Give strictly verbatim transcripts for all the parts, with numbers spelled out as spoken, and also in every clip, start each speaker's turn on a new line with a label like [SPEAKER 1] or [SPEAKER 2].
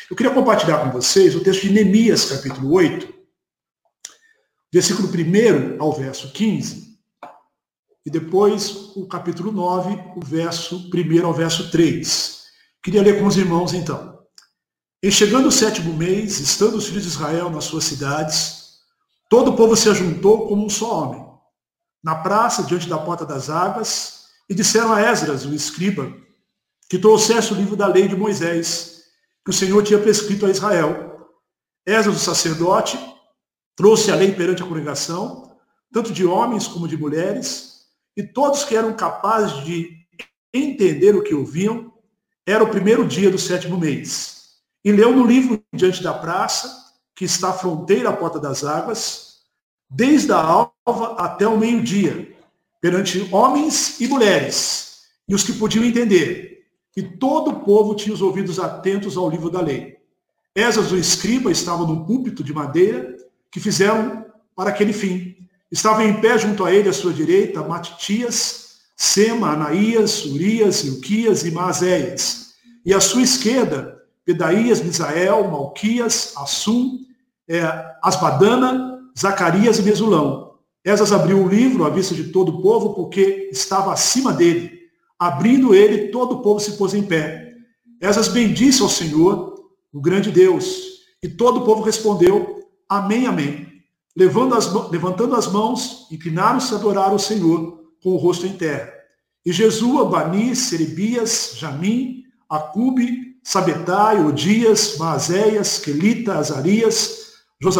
[SPEAKER 1] Eu queria compartilhar com vocês o texto de Neemias, capítulo oito, versículo primeiro ao verso quinze, e depois o capítulo nove, o verso primeiro ao verso três. Queria ler com os irmãos, então. Em chegando o sétimo mês, estando os filhos de Israel nas suas cidades, todo o povo se ajuntou como um só homem, na praça, diante da porta das águas, e disseram a Esdras, o escriba, que trouxesse o livro da lei de Moisés, que o Senhor tinha prescrito a Israel. Esdras, o sacerdote, trouxe a lei perante a congregação, tanto de homens como de mulheres, e todos que eram capazes de entender o que ouviam. Era o primeiro dia do sétimo mês. E leu no livro diante da praça, que está à fronteira à porta das águas, desde a alva até o meio-dia, perante homens e mulheres, e os que podiam entender. E todo o povo tinha os ouvidos atentos ao livro da lei. Esdras, o escriba, estava num púlpito de madeira que fizeram para aquele fim. Estavam em pé junto a ele, à sua direita, Matitias, Sema, Anaías, Urias, Ilquias e Maazéias. E à sua esquerda, Pedaías, Misael, Malquias, Assum, é, Asbadana, Zacarias e Mesulão. Esdras abriu o livro à vista de todo o povo, porque estava acima dele. Abrindo ele, todo o povo se pôs em pé. Esdras bendisse ao Senhor, o grande Deus. E todo o povo respondeu, amém, amém. Levando as, levantando as mãos, inclinaram-se a adorar o Senhor com o rosto em terra. E Jesua, Bani, Serebias, Jamim, Acube, Sabetai, Odias, Maazéias, Quelita, Azarias,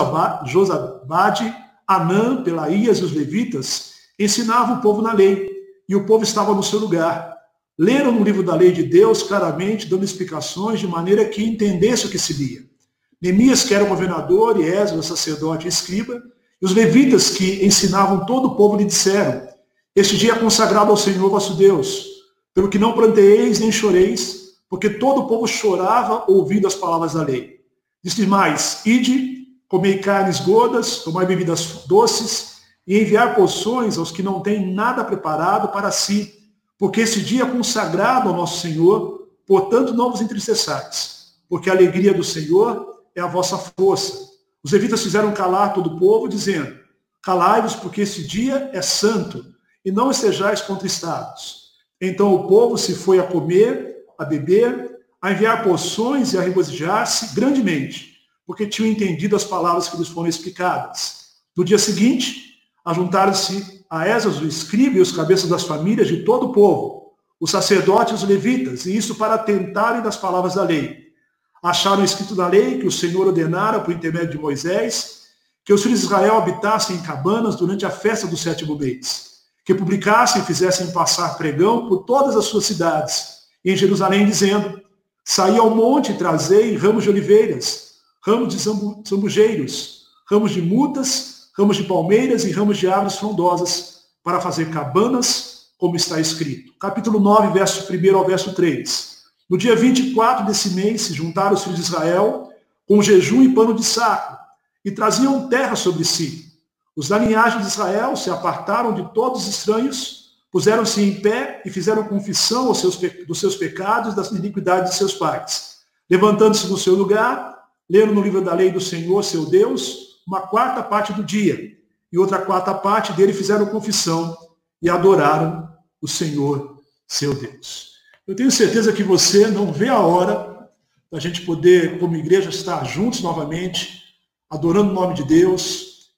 [SPEAKER 1] Josabade, Anã, Pelaías e os levitas ensinavam o povo na lei, e o povo estava no seu lugar. Leram no livro da lei de Deus claramente, dando explicações de maneira que entendesse o que se lia. Neemias, que era o governador, e Esdras, o sacerdote e escriba, e os levitas que ensinavam todo o povo lhe disseram, este dia é consagrado ao Senhor vosso Deus, pelo que não planteeis nem choreis, porque todo o povo chorava ouvindo as palavras da lei. Diz-lhe mais, ide, comei carnes gordas, tomai bebidas doces, e enviar porções aos que não têm nada preparado para si, porque esse dia é consagrado ao nosso Senhor, portanto não vos entristeçais, porque a alegria do Senhor é a vossa força. Os levitas fizeram calar todo o povo, dizendo, calai-vos, porque esse dia é santo, e não estejais contristados. Então o povo se foi a comer, a beber, a enviar porções e a regozijar-se grandemente, porque tinham entendido as palavras que lhes foram explicadas. No dia seguinte, ajuntaram-se a Esdras, o escriba, e os cabeças das famílias de todo o povo, os sacerdotes e os levitas, e isso para tentarem das palavras da lei. Acharam escrito na lei que o Senhor ordenara, por intermédio de Moisés, que os filhos de Israel habitassem em cabanas durante a festa do sétimo mês, que publicassem e fizessem passar pregão por todas as suas cidades, e em Jerusalém, dizendo, saí ao monte e trazei ramos de oliveiras, ramos de zambujeiros, ramos de mutas, ramos de palmeiras e ramos de árvores frondosas, para fazer cabanas, como está escrito. Capítulo nove, verso primeiro ao verso três. No dia vinte e quatro desse mês, se juntaram os filhos de Israel, com jejum e pano de saco, e traziam terra sobre si. Os da linhagem de Israel se apartaram de todos os estranhos, puseram-se em pé e fizeram confissão aos seus, dos seus pecados e das iniquidades de seus pais. Levantando-se no seu lugar, leram no livro da lei do Senhor, seu Deus, uma quarta parte do dia, e outra quarta parte dele fizeram confissão e adoraram o Senhor, seu Deus. Eu tenho certeza que você não vê a hora da gente poder, como igreja, estar juntos novamente, adorando o nome de Deus,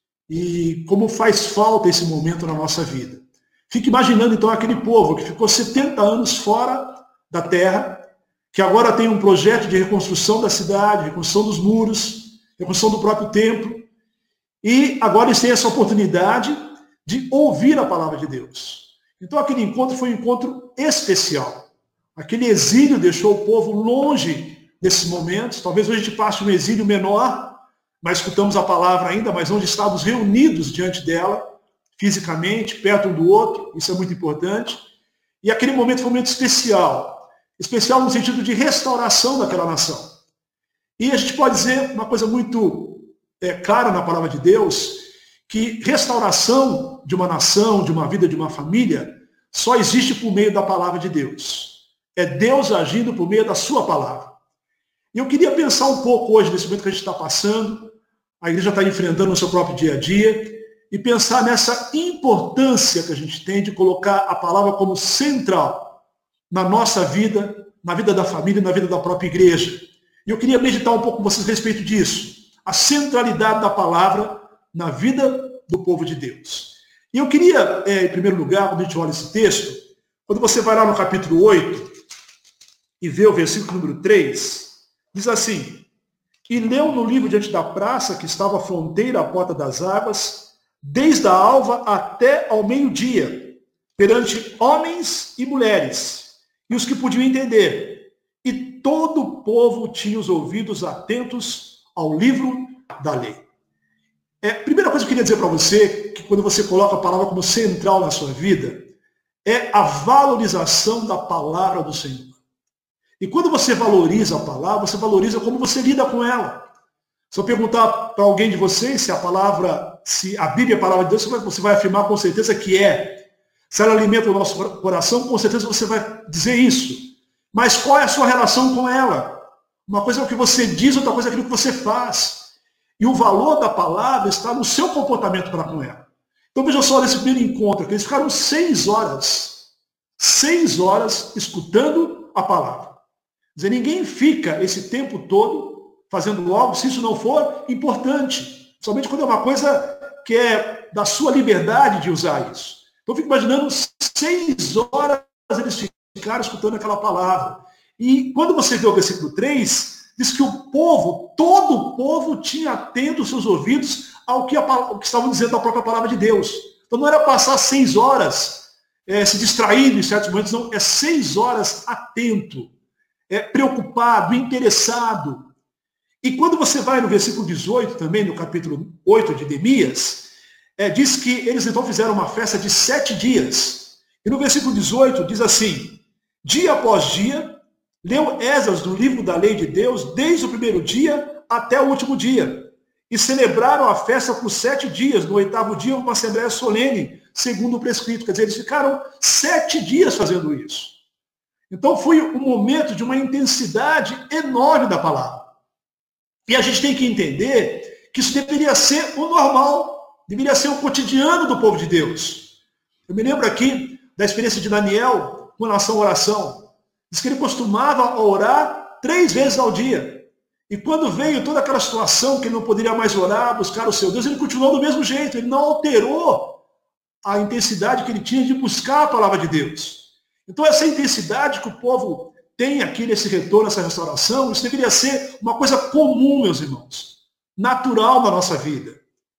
[SPEAKER 1] e como faz falta esse momento na nossa vida. Fique imaginando, então, aquele povo que ficou setenta anos fora da terra, que agora tem um projeto de reconstrução da cidade, reconstrução dos muros, reconstrução do próprio templo, e agora eles têm essa oportunidade de ouvir a palavra de Deus. Então aquele encontro foi um encontro especial. Aquele exílio deixou o povo longe desses momentos. Talvez hoje a gente passe um exílio menor, mas escutamos a palavra ainda, mas onde estávamos reunidos diante dela, fisicamente, perto um do outro, isso é muito importante. E aquele momento foi um momento especial. Especial no sentido de restauração daquela nação. E a gente pode dizer uma coisa muito é, clara na palavra de Deus, que restauração de uma nação, de uma vida, de uma família, só existe por meio da palavra de Deus. É Deus agindo por meio da sua palavra. E eu queria pensar um pouco hoje, nesse momento que a gente está passando, a igreja está enfrentando no seu próprio dia a dia, e pensar nessa importância que a gente tem de colocar a palavra como central na nossa vida, na vida da família e na vida da própria igreja. E eu queria meditar um pouco com vocês a respeito disso, a centralidade da palavra na vida do povo de Deus. E eu queria, é, em primeiro lugar, quando a gente olha esse texto, quando você vai lá no capítulo oito e vê o versículo número três, diz assim: e leu no livro diante da praça, que estava à fronteira à porta das águas, desde a alva até ao meio-dia, perante homens e mulheres, e os que podiam entender. E todo o povo tinha os ouvidos atentos ao livro da lei. É, a primeira coisa que eu queria dizer para você, que quando você coloca a palavra como central na sua vida, é a valorização da palavra do Senhor. E quando você valoriza a palavra, você valoriza como você lida com ela. Se eu perguntar para alguém de vocês se a palavra, se a Bíblia é a palavra de Deus, você vai afirmar com certeza que é. Se ela alimenta o nosso coração, com certeza você vai dizer isso. Mas qual é a sua relação com ela? Uma coisa é o que você diz, outra coisa é aquilo que você faz. E o valor da palavra está no seu comportamento para com ela. Então veja só nesse primeiro encontro, que eles ficaram seis horas, seis horas escutando a palavra. Quer dizer, ninguém fica esse tempo todo fazendo algo se isso não for importante. Somente quando é uma coisa que é da sua liberdade de usar isso. Então eu fico imaginando seis horas eles ficaram escutando aquela palavra. E quando você vê o versículo três, diz que o povo, todo o povo tinha atento os seus ouvidos ao que, a, ao que estavam dizendo da própria palavra de Deus. Então não era passar seis horas é, se distraindo em certos momentos, não. É seis horas atento, é, preocupado, interessado. E quando você vai no versículo dezoito, também no capítulo oito de Neemias, é, diz que eles então fizeram uma festa de sete dias. E no versículo dezoito diz assim: dia após dia, leu Esdras do livro da lei de Deus, desde o primeiro dia até o último dia. E celebraram a festa por sete dias. No oitavo dia, uma assembleia solene, segundo o prescrito. Quer dizer, eles ficaram sete dias fazendo isso. Então foi um momento de uma intensidade enorme da palavra. E a gente tem que entender que isso deveria ser o normal, deveria ser o cotidiano do povo de Deus. Eu me lembro aqui da experiência de Daniel com relação à oração. Diz que ele costumava orar três vezes ao dia. E quando veio toda aquela situação que ele não poderia mais orar, buscar o seu Deus, ele continuou do mesmo jeito. Ele não alterou a intensidade que ele tinha de buscar a palavra de Deus. Então essa intensidade que o povo tem aqui nesse retorno, nessa restauração, isso deveria ser uma coisa comum, meus irmãos. Natural na nossa vida.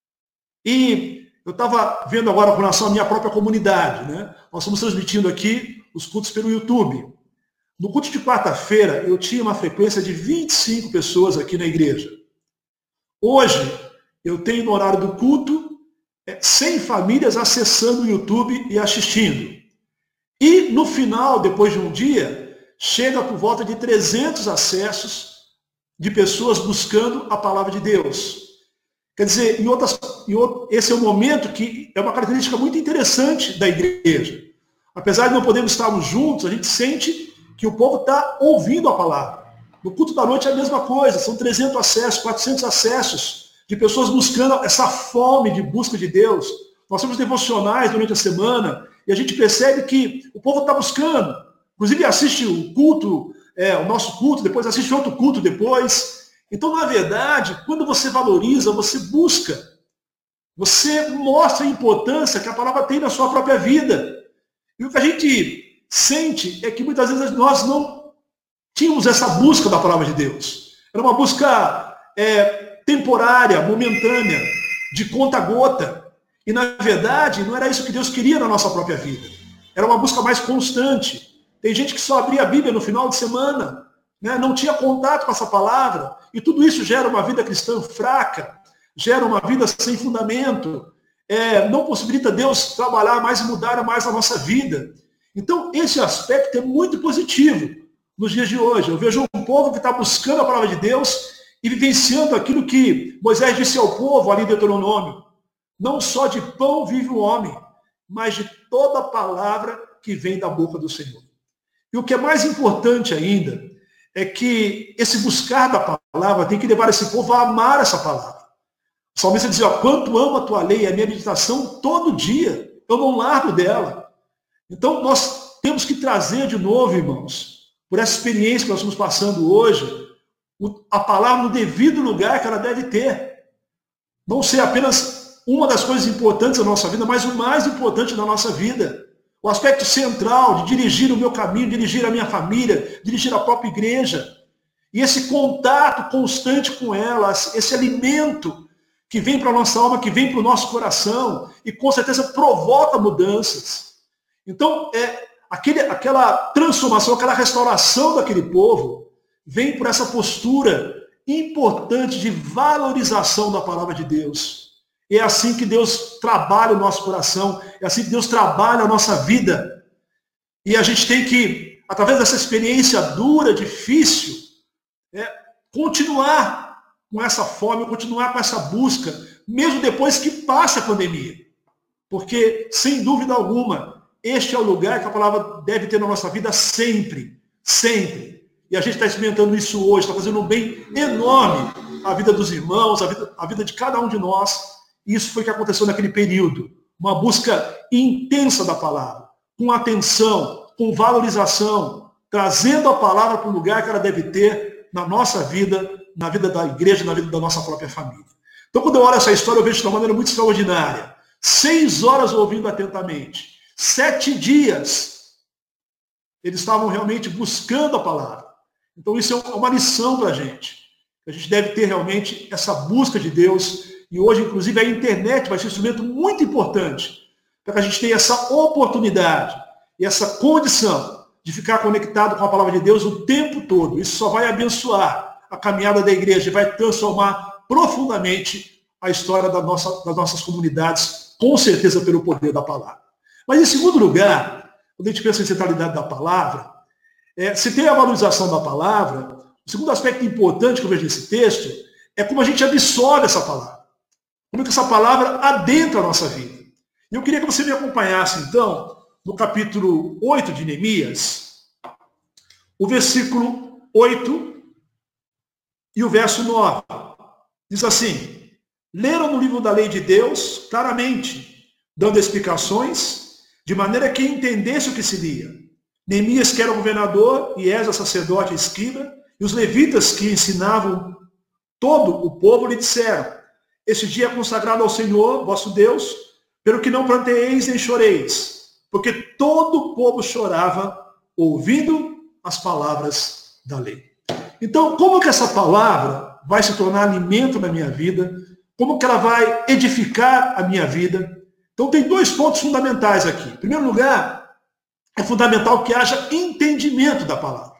[SPEAKER 1] E eu estava vendo agora com relação à minha própria comunidade, né? Nós estamos transmitindo aqui os cultos pelo YouTube. No culto de quarta-feira, eu tinha uma frequência de vinte e cinco pessoas aqui na igreja. Hoje, eu tenho no horário do culto cem famílias acessando o YouTube e assistindo. E no final, depois de um dia, chega por volta de trezentos acessos de pessoas buscando a palavra de Deus. Quer dizer, em outras, em outro, esse é um momento que é uma característica muito interessante da igreja. Apesar de não podermos estarmos juntos, a gente sente que o povo está ouvindo a palavra. No culto da noite é a mesma coisa, são trezentos acessos, quatrocentos acessos de pessoas buscando essa fome de busca de Deus. Nós temos devocionais durante a semana e a gente percebe que o povo está buscando. Inclusive assiste o culto, é, o nosso culto, depois assiste outro culto depois. Então, na verdade, quando você valoriza, você busca. Você mostra a importância que a palavra tem na sua própria vida. E o que a gente sente é que muitas vezes nós não tínhamos essa busca da palavra de Deus. Era uma busca é, temporária, momentânea, de conta-gota. E, na verdade, não era isso que Deus queria na nossa própria vida. Era uma busca mais constante. Tem gente que só abria a Bíblia no final de semana, né? Não tinha contato com essa palavra. E tudo isso gera uma vida cristã fraca, gera uma vida sem fundamento, é, não possibilita Deus trabalhar mais e mudar mais a nossa vida. Então, esse aspecto é muito positivo nos dias de hoje. Eu vejo um povo que está buscando a palavra de Deus e vivenciando aquilo que Moisés disse ao povo ali em Deuteronômio. Não só de pão vive o homem, mas de toda palavra que vem da boca do Senhor. E o que é mais importante ainda é que esse buscar da palavra tem que levar esse povo a amar essa palavra. O salmista diz, ó, quanto amo a tua lei, a minha meditação todo dia, eu não largo dela. Então nós temos que trazer de novo, irmãos, por essa experiência que nós estamos passando hoje, a palavra no devido lugar que ela deve ter. Não ser apenas uma das coisas importantes da nossa vida, mas o mais importante da nossa vida. O aspecto central de dirigir o meu caminho, dirigir a minha família, dirigir a própria igreja. E esse contato constante com ela, esse alimento que vem para a nossa alma, que vem para o nosso coração, e com certeza provoca mudanças. Então, é, aquele, aquela transformação, aquela restauração daquele povo, vem por essa postura importante de valorização da palavra de Deus. É assim que Deus trabalha o nosso coração, é assim que Deus trabalha a nossa vida. E a gente tem que, através dessa experiência dura, difícil, é, continuar com essa fome, continuar com essa busca, mesmo depois que passe a pandemia. Porque, sem dúvida alguma, este é o lugar que a palavra deve ter na nossa vida sempre, sempre. E a gente está experimentando isso hoje, está fazendo um bem enorme à vida dos irmãos, à vida, à vida de cada um de nós. Isso foi o que aconteceu naquele período. Uma busca intensa da palavra, com atenção, com valorização, trazendo a palavra para o lugar que ela deve ter na nossa vida, na vida da igreja, na vida da nossa própria família. Então, quando eu olho essa história, eu vejo de uma maneira muito extraordinária. Seis horas ouvindo atentamente. Sete dias, eles estavam realmente buscando a palavra. Então, isso é uma lição para a gente. A gente deve ter realmente essa busca de Deus. E hoje, inclusive, a internet vai ser um instrumento muito importante para que a gente tenha essa oportunidade e essa condição de ficar conectado com a palavra de Deus o tempo todo. Isso só vai abençoar a caminhada da igreja e vai transformar profundamente a história da nossa, das nossas comunidades, com certeza pelo poder da palavra. Mas, em segundo lugar, quando a gente pensa em centralidade da palavra, é, se tem a valorização da palavra, o segundo aspecto importante que eu vejo nesse texto é como a gente absorve essa palavra. Como que essa palavra adentra a nossa vida. E eu queria que você me acompanhasse, então, no capítulo oito de Neemias, o versículo oito e o verso nove. Diz assim, leram no livro da lei de Deus claramente, dando explicações, de maneira que entendesse o que se lia. Neemias, que era governador, e Esdras, sacerdote e escriba, e os levitas que ensinavam todo o povo lhe disseram, este dia é consagrado ao Senhor, vosso Deus, pelo que não planteeis nem choreis, porque todo o povo chorava ouvindo as palavras da lei. Então, como que essa palavra vai se tornar alimento na minha vida? Como que ela vai edificar a minha vida? Então, tem dois pontos fundamentais aqui. Em primeiro lugar, é fundamental que haja entendimento da palavra.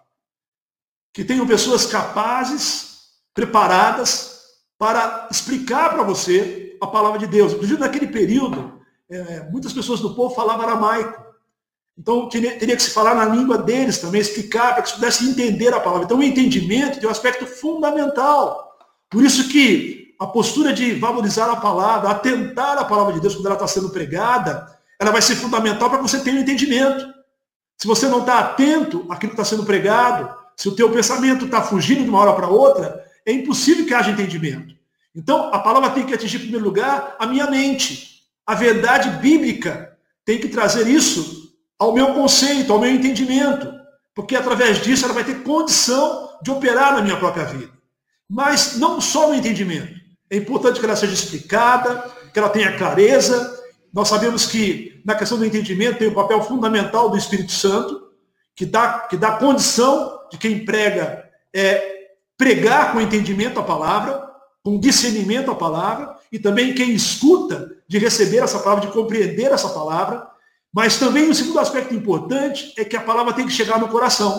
[SPEAKER 1] Que tenham pessoas capazes, preparadas, para explicar para você a palavra de Deus. Inclusive, naquele período, é, muitas pessoas do povo falavam aramaico. Então, teria, teria que se falar na língua deles também, explicar, para que se pudesse entender a palavra. Então, o entendimento tem um aspecto fundamental. Por isso que a postura de valorizar a palavra, atentar à palavra de Deus quando ela está sendo pregada, ela vai ser fundamental para que você tenha um entendimento. Se você não está atento àquilo que está sendo pregado, se o teu pensamento está fugindo de uma hora para outra, é impossível que haja entendimento. Então, a palavra tem que atingir, em primeiro lugar, a minha mente. A verdade bíblica tem que trazer isso ao meu conceito, ao meu entendimento. Porque, através disso, ela vai ter condição de operar na minha própria vida. Mas não só no entendimento. É importante que ela seja explicada, que ela tenha clareza. Nós sabemos que, na questão do entendimento, tem um papel fundamental do Espírito Santo, que dá, que dá condição de quem prega é, pregar com entendimento a palavra, com discernimento a palavra, e também quem escuta de receber essa palavra, de compreender essa palavra. Mas também o segundo aspecto importante é que a palavra tem que chegar no coração.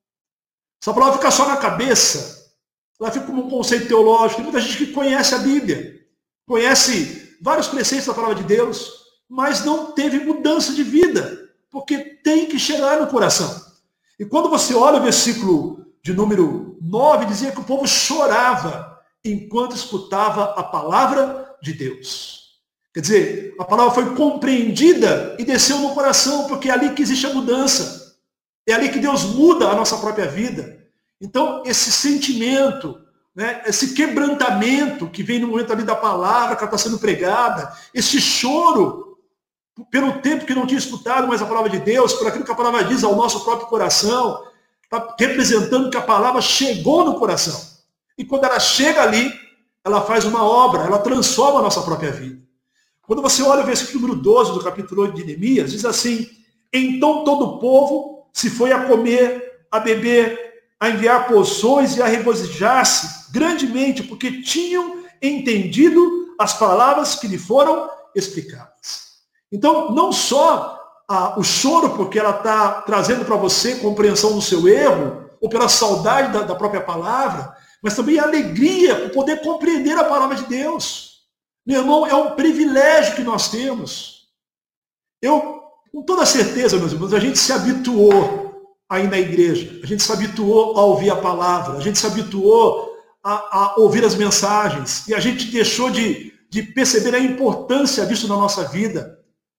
[SPEAKER 1] Se a palavra ficar só na cabeça, ela fica como um conceito teológico. Tem muita gente que conhece a Bíblia, conhece vários preceitos da palavra de Deus, mas não teve mudança de vida, porque tem que chegar no coração. E quando você olha o versículo de número nove, dizia que o povo chorava enquanto escutava a palavra de Deus. Quer dizer, a palavra foi compreendida e desceu no coração, porque é ali que existe a mudança. É ali que Deus muda a nossa própria vida. Então, esse sentimento, né, esse quebrantamento que vem no momento ali da palavra que ela está sendo pregada, esse choro pelo tempo que não tinha escutado mais a palavra de Deus, por aquilo que a palavra diz ao nosso próprio coração, está representando que a palavra chegou no coração. E quando ela chega ali, ela faz uma obra, ela transforma a nossa própria vida. Quando você olha o versículo número doze do capítulo oito de Neemias, diz assim: então todo o povo se foi a comer, a beber, a enviar poções e a regozijar-se grandemente, porque tinham entendido as palavras que lhe foram explicadas. Então, não só ah, o choro, porque ela está trazendo para você compreensão do seu erro, ou pela saudade da, da própria palavra, mas também a alegria por poder compreender a palavra de Deus. Meu irmão, é um privilégio que nós temos. Eu, com toda certeza, meus irmãos, a gente se habituou a ir na igreja, a gente se habituou a ouvir a palavra, a gente se habituou a, a ouvir as mensagens, e a gente deixou de, de perceber a importância disso na nossa vida,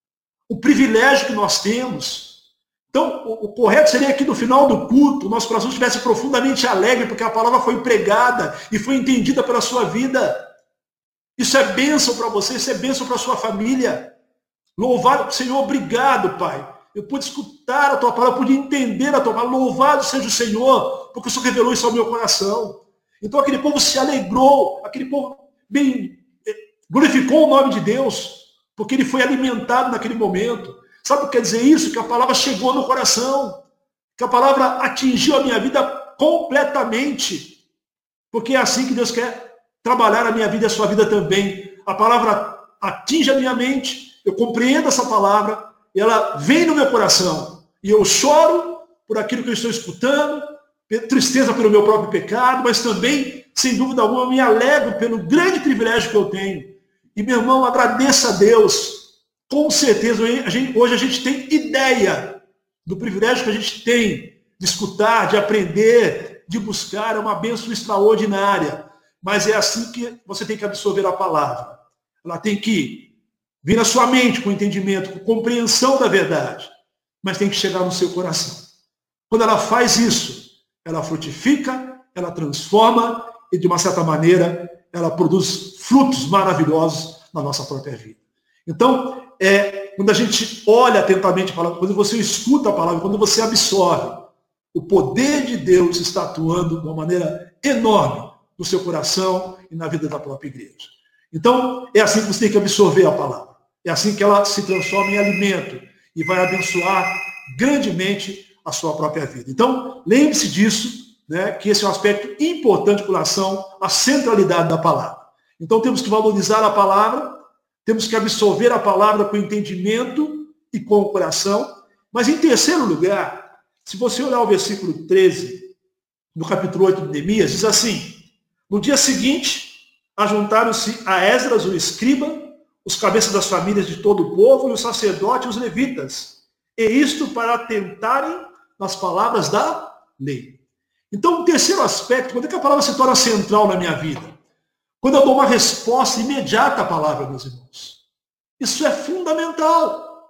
[SPEAKER 1] o privilégio que nós temos. Então, o, o correto seria que no final do culto, o nosso coração estivesse profundamente alegre, porque a palavra foi pregada e foi entendida pela sua vida. Isso é bênção para você, isso é bênção para a sua família. Louvado, Senhor, obrigado, Pai. Eu pude escutar a tua palavra, eu pude entender a tua palavra. Louvado seja o Senhor, porque o Senhor revelou isso ao meu coração. Então aquele povo se alegrou, aquele povo bem glorificou o nome de Deus, porque ele foi alimentado naquele momento. Sabe o que quer dizer isso? Que a palavra chegou no coração, que a palavra atingiu a minha vida completamente, porque é assim que Deus quer trabalhar a minha vida e a sua vida também. A palavra atinge a minha mente, eu compreendo essa palavra, e ela vem no meu coração, e eu choro por aquilo que eu estou escutando, tristeza pelo meu próprio pecado, mas também, sem dúvida alguma, eu me alegro pelo grande privilégio que eu tenho. E, meu irmão, agradeça a Deus. Com certeza, a gente, hoje a gente tem ideia do privilégio que a gente tem de escutar, de aprender, de buscar. É uma bênção extraordinária. Mas é assim que você tem que absorver a palavra. Ela tem que vir na sua mente com entendimento, com compreensão da verdade, mas tem que chegar no seu coração. Quando ela faz isso, ela frutifica, ela transforma e, de uma certa maneira, ela produz frutos maravilhosos na nossa própria vida. Então, é, quando a gente olha atentamente a palavra, quando você escuta a palavra, quando você absorve, o poder de Deus está atuando de uma maneira enorme no seu coração e na vida da própria igreja. Então, é assim que você tem que absorver a palavra. É assim que ela se transforma em alimento e vai abençoar grandemente a sua própria vida. Então, lembre-se disso, né, que esse é um aspecto importante com relação à centralidade da palavra. Então, temos que valorizar a palavra, temos que absorver a palavra com entendimento e com o coração. Mas, em terceiro lugar, se você olhar o versículo treze, do capítulo oito de Neemias, diz assim: no dia seguinte, ajuntaram-se a Esdras, o escriba, os cabeças das famílias de todo o povo, e os sacerdotes e os levitas, e isto para atentarem nas palavras da lei. Então, o terceiro aspecto, quando é que a palavra se torna central na minha vida? Quando eu dou uma resposta imediata à palavra, meus irmãos. Isso é fundamental.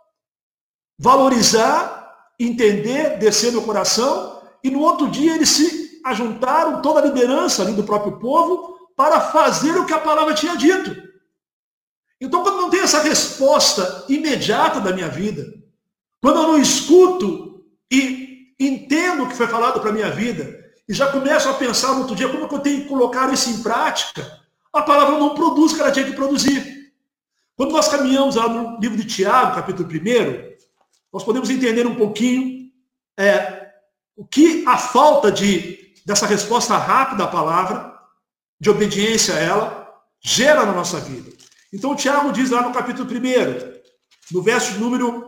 [SPEAKER 1] Valorizar, entender, descer no coração, e no outro dia eles se ajuntaram, toda a liderança ali do próprio povo, para fazer o que a palavra tinha dito. Então, quando não tem essa resposta imediata da minha vida, quando eu não escuto e entendo o que foi falado para a minha vida, e já começo a pensar no outro dia como é que eu tenho que colocar isso em prática, a palavra não produz o que ela tinha que produzir. Quando nós caminhamos lá no livro de Tiago, capítulo primeiro, nós podemos entender um pouquinho é, o que a falta de, dessa resposta rápida à palavra, de obediência a ela, gera na nossa vida. Então o Tiago diz lá no capítulo primeiro, no verso número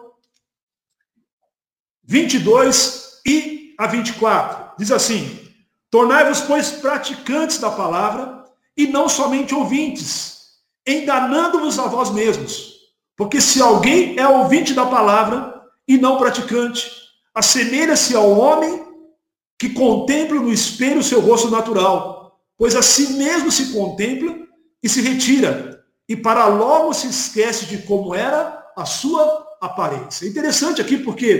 [SPEAKER 1] vinte e dois e a vinte e quatro, diz assim: tornai-vos, pois, praticantes da palavra, e não somente ouvintes, enganando-vos a vós mesmos. Porque se alguém é ouvinte da palavra e não praticante, assemelha-se ao homem que contempla no espelho o seu rosto natural, pois a si mesmo se contempla e se retira, e para logo se esquece de como era a sua aparência. É interessante aqui porque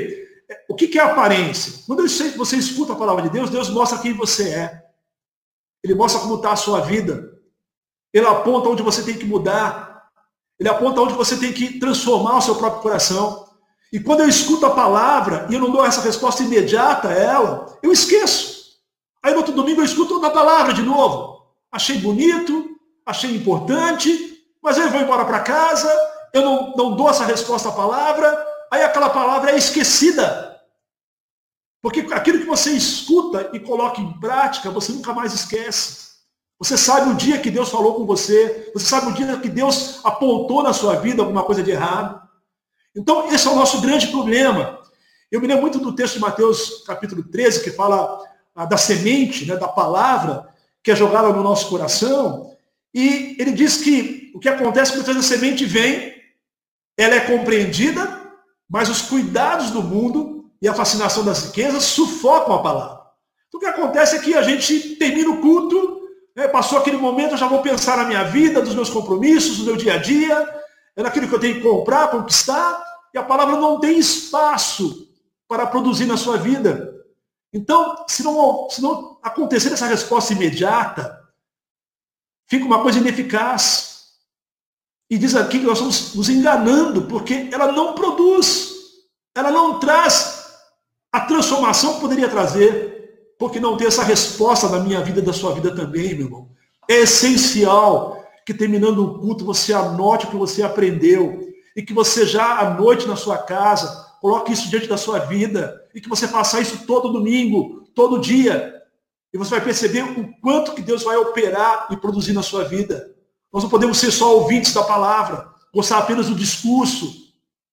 [SPEAKER 1] o que é aparência? Quando você escuta a palavra de Deus, Deus mostra quem você é. Ele mostra como está a sua vida. Ele aponta onde você tem que mudar. Ele aponta onde você tem que transformar o seu próprio coração. E quando eu escuto a palavra e eu não dou essa resposta imediata a ela, eu esqueço. Aí no outro domingo eu escuto outra palavra de novo. Achei bonito, achei importante, mas aí eu vou embora para casa, eu não, não dou essa resposta à palavra, aí aquela palavra é esquecida. Porque aquilo que você escuta e coloca em prática, você nunca mais esquece. Você sabe o dia que Deus falou com você, você sabe o dia que Deus apontou na sua vida alguma coisa de errado. Então, esse é o nosso grande problema. Eu me lembro muito do texto de Mateus, capítulo treze, que fala da semente, né, da palavra, que é jogada no nosso coração. E ele diz que o que acontece é que muitas vezes a semente vem, ela é compreendida, mas os cuidados do mundo e a fascinação das riquezas sufocam a palavra. Então, o que acontece é que a gente termina o culto, né, passou aquele momento, eu já vou pensar na minha vida, dos meus compromissos, do meu dia a dia, é naquilo que eu tenho que comprar, conquistar, e a palavra não tem espaço para produzir na sua vida. Então, se não, se não acontecer essa resposta imediata, fica uma coisa ineficaz. E diz aqui que nós estamos nos enganando, porque ela não produz, ela não traz a transformação que poderia trazer, porque não tem essa resposta da minha vida e da sua vida também, meu irmão. É essencial que terminando o culto você anote o que você aprendeu e que você já à noite na sua casa coloque isso diante da sua vida e que você faça isso todo domingo, todo dia. E você vai perceber o quanto que Deus vai operar e produzir na sua vida. Nós não podemos ser só ouvintes da palavra, gostar apenas do discurso,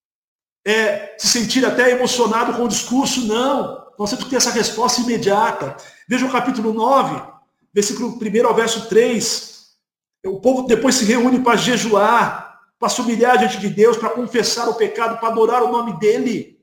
[SPEAKER 1] é, se sentir até emocionado com o discurso, não. Nós temos que ter essa resposta imediata. Veja o capítulo nove, versículo primeiro ao verso três. O povo depois se reúne para jejuar, para se humilhar diante de Deus, para confessar o pecado, para adorar o nome dele.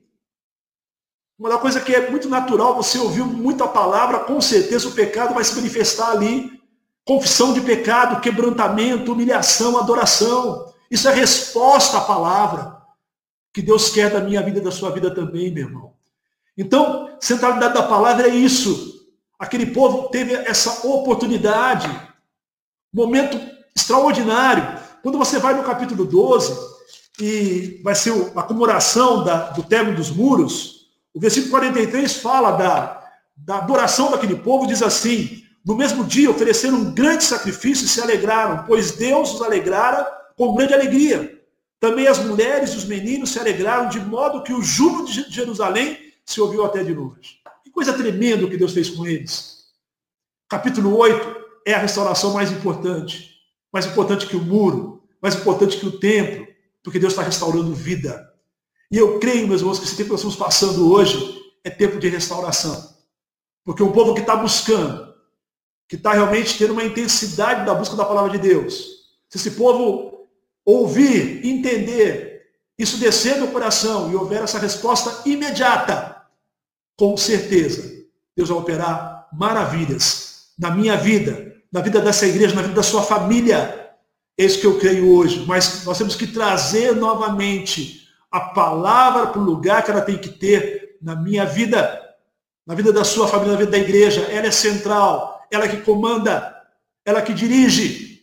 [SPEAKER 1] Uma coisa que é muito natural, você ouviu muita palavra, com certeza o pecado vai se manifestar ali. Confissão de pecado, quebrantamento, humilhação, adoração. Isso é resposta à palavra que Deus quer da minha vida e da sua vida também, meu irmão. Então, centralidade da palavra é isso. Aquele povo teve essa oportunidade, momento extraordinário. Quando você vai no capítulo doze, e vai ser a comemoração da, do término dos muros, o versículo quarenta e três fala da, da adoração daquele povo, diz assim: no mesmo dia ofereceram um grande sacrifício e se alegraram, pois Deus os alegrara com grande alegria. Também as mulheres e os meninos se alegraram, de modo que o júbilo de Jerusalém se ouviu até de longe. Que coisa tremenda que Deus fez com eles. Capítulo oito é a restauração mais importante. Mais importante que o muro, mais importante que o templo, porque Deus está restaurando vida. E eu creio, meus irmãos, que esse tempo que nós estamos passando hoje é tempo de restauração. Porque um povo que está buscando, que está realmente tendo uma intensidade da busca da palavra de Deus, se esse povo ouvir, entender, isso descer no coração e houver essa resposta imediata, com certeza, Deus vai operar maravilhas na minha vida, na vida dessa igreja, na vida da sua família. É isso que eu creio hoje. Mas nós temos que trazer novamente a palavra para o lugar que ela tem que ter na minha vida, na vida da sua família, na vida da igreja. Ela é central, ela que comanda, ela que dirige.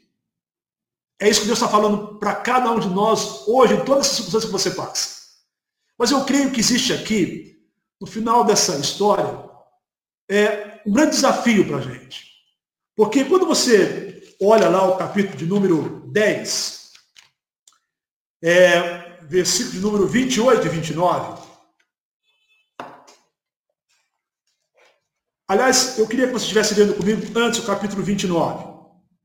[SPEAKER 1] É isso que Deus está falando para cada um de nós hoje, em todas as circunstâncias que você passa. Mas eu creio que existe aqui, no final dessa história, é um grande desafio para a gente. Porque quando você olha lá o capítulo de número dez, é, versículo de número vinte e oito e vinte e nove. Aliás, eu queria que você estivesse lendo comigo antes o capítulo vinte e nove.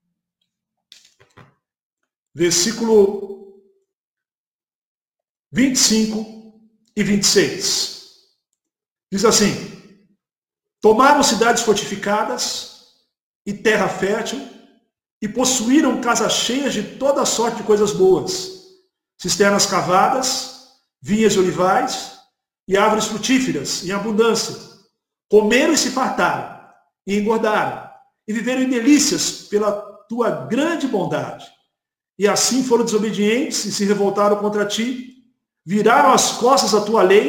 [SPEAKER 1] Versículo vinte e cinco e vinte e seis. Diz assim: tomaram cidades fortificadas e terra fértil, e possuíram casas cheias de toda sorte de coisas boas, cisternas cavadas, vinhas e olivais, e árvores frutíferas em abundância. Comeram e se fartaram, e engordaram, e viveram em delícias pela tua grande bondade. E assim foram desobedientes e se revoltaram contra ti, viraram as costas à tua lei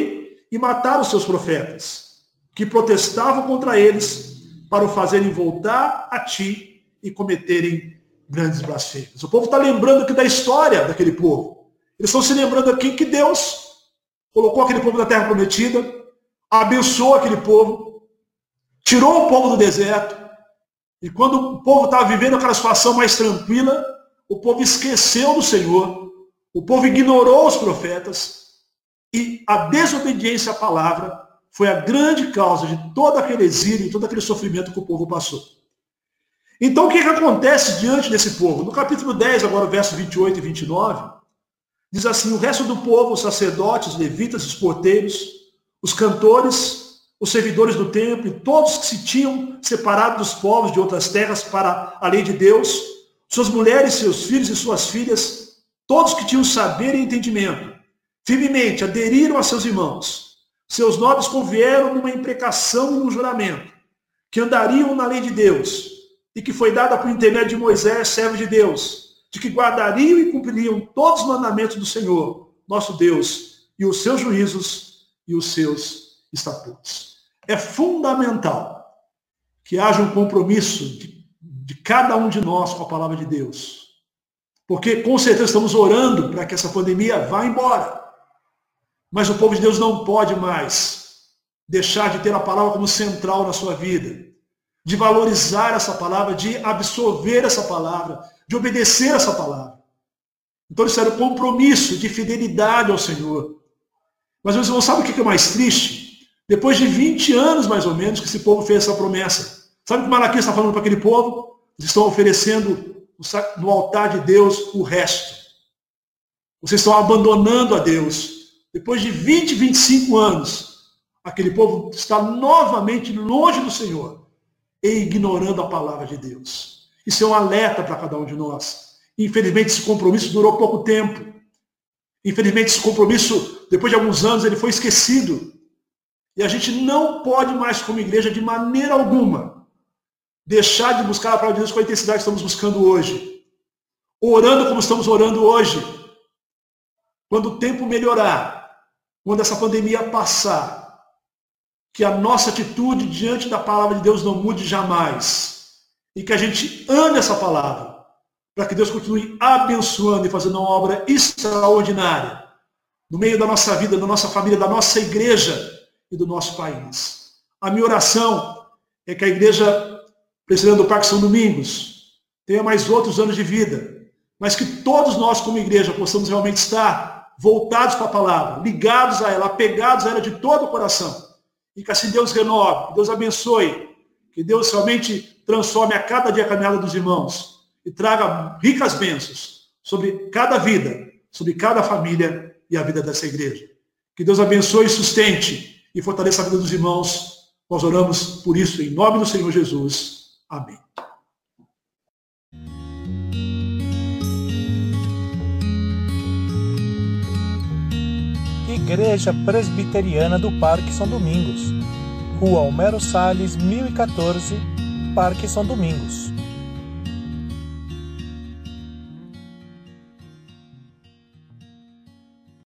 [SPEAKER 1] e mataram os seus profetas, que protestavam contra eles para o fazerem voltar a ti e cometerem grandes blasfêmias. O povo está lembrando aqui da história daquele povo. Eles estão se lembrando aqui que Deus colocou aquele povo na terra prometida, abençoou aquele povo, tirou o povo do deserto, e quando o povo estava vivendo aquela situação mais tranquila, o povo esqueceu do Senhor, o povo ignorou os profetas, e a desobediência à palavra foi a grande causa de todo aquele exílio, todo aquele sofrimento que o povo passou. Então o que, que acontece diante desse povo? No capítulo dez, agora o verso vinte e oito e vinte e nove, diz assim: o resto do povo, os sacerdotes, os levitas, os porteiros, os cantores, os servidores do templo e todos que se tinham separado dos povos de outras terras para a lei de Deus, suas mulheres, seus filhos e suas filhas, todos que tinham saber e entendimento, firmemente aderiram a seus irmãos. Seus nobres convieram numa imprecação e num juramento, que andariam na lei de Deus, e que foi dada por intermédio de Moisés, servo de Deus, de que guardariam e cumpririam todos os mandamentos do Senhor, nosso Deus, e os seus juízos e os seus estatutos. É fundamental que haja um compromisso de, de cada um de nós com a palavra de Deus. Porque com certeza estamos orando para que essa pandemia vá embora. Mas o povo de Deus não pode mais deixar de ter a palavra como central na sua vida, de valorizar essa palavra, de absorver essa palavra, de obedecer essa palavra. Então isso era um compromisso de fidelidade ao Senhor. Mas meus irmãos, sabe o que é mais triste? Depois de vinte anos, mais ou menos, que esse povo fez essa promessa. Sabe o que Malaquias está falando para aquele povo? Eles estão oferecendo no altar de Deus o resto. Vocês estão abandonando a Deus. Depois de vinte, vinte e cinco anos, aquele povo está novamente longe do Senhor e ignorando a palavra de Deus. Isso é um alerta para cada um de nós. Infelizmente, esse compromisso durou pouco tempo. Infelizmente, esse compromisso, depois de alguns anos, ele foi esquecido. E a gente não pode mais, como igreja, de maneira alguma, deixar de buscar a palavra de Deus com a intensidade que estamos buscando hoje. Orando como estamos orando hoje. Quando o tempo melhorar, quando essa pandemia passar, que a nossa atitude diante da palavra de Deus não mude jamais. E que a gente ame essa palavra, para que Deus continue abençoando e fazendo uma obra extraordinária no meio da nossa vida, da nossa família, da nossa igreja e do nosso país. A minha oração é que a igreja presbiteriana do Parque São Domingos tenha mais outros anos de vida, mas que todos nós como igreja possamos realmente estar voltados para a palavra, ligados a ela, apegados a ela de todo o coração. E que assim Deus renove, que Deus abençoe, que Deus realmente transforme a cada dia a caminhada dos irmãos e traga ricas bênçãos sobre cada vida, sobre cada família e a vida dessa igreja. Que Deus abençoe e sustente e fortaleça a vida dos irmãos. Nós oramos por isso em nome do Senhor Jesus. Amém.
[SPEAKER 2] Igreja Presbiteriana do Parque São Domingos, Rua Homero Salles, mil e quatorze, Parque São Domingos.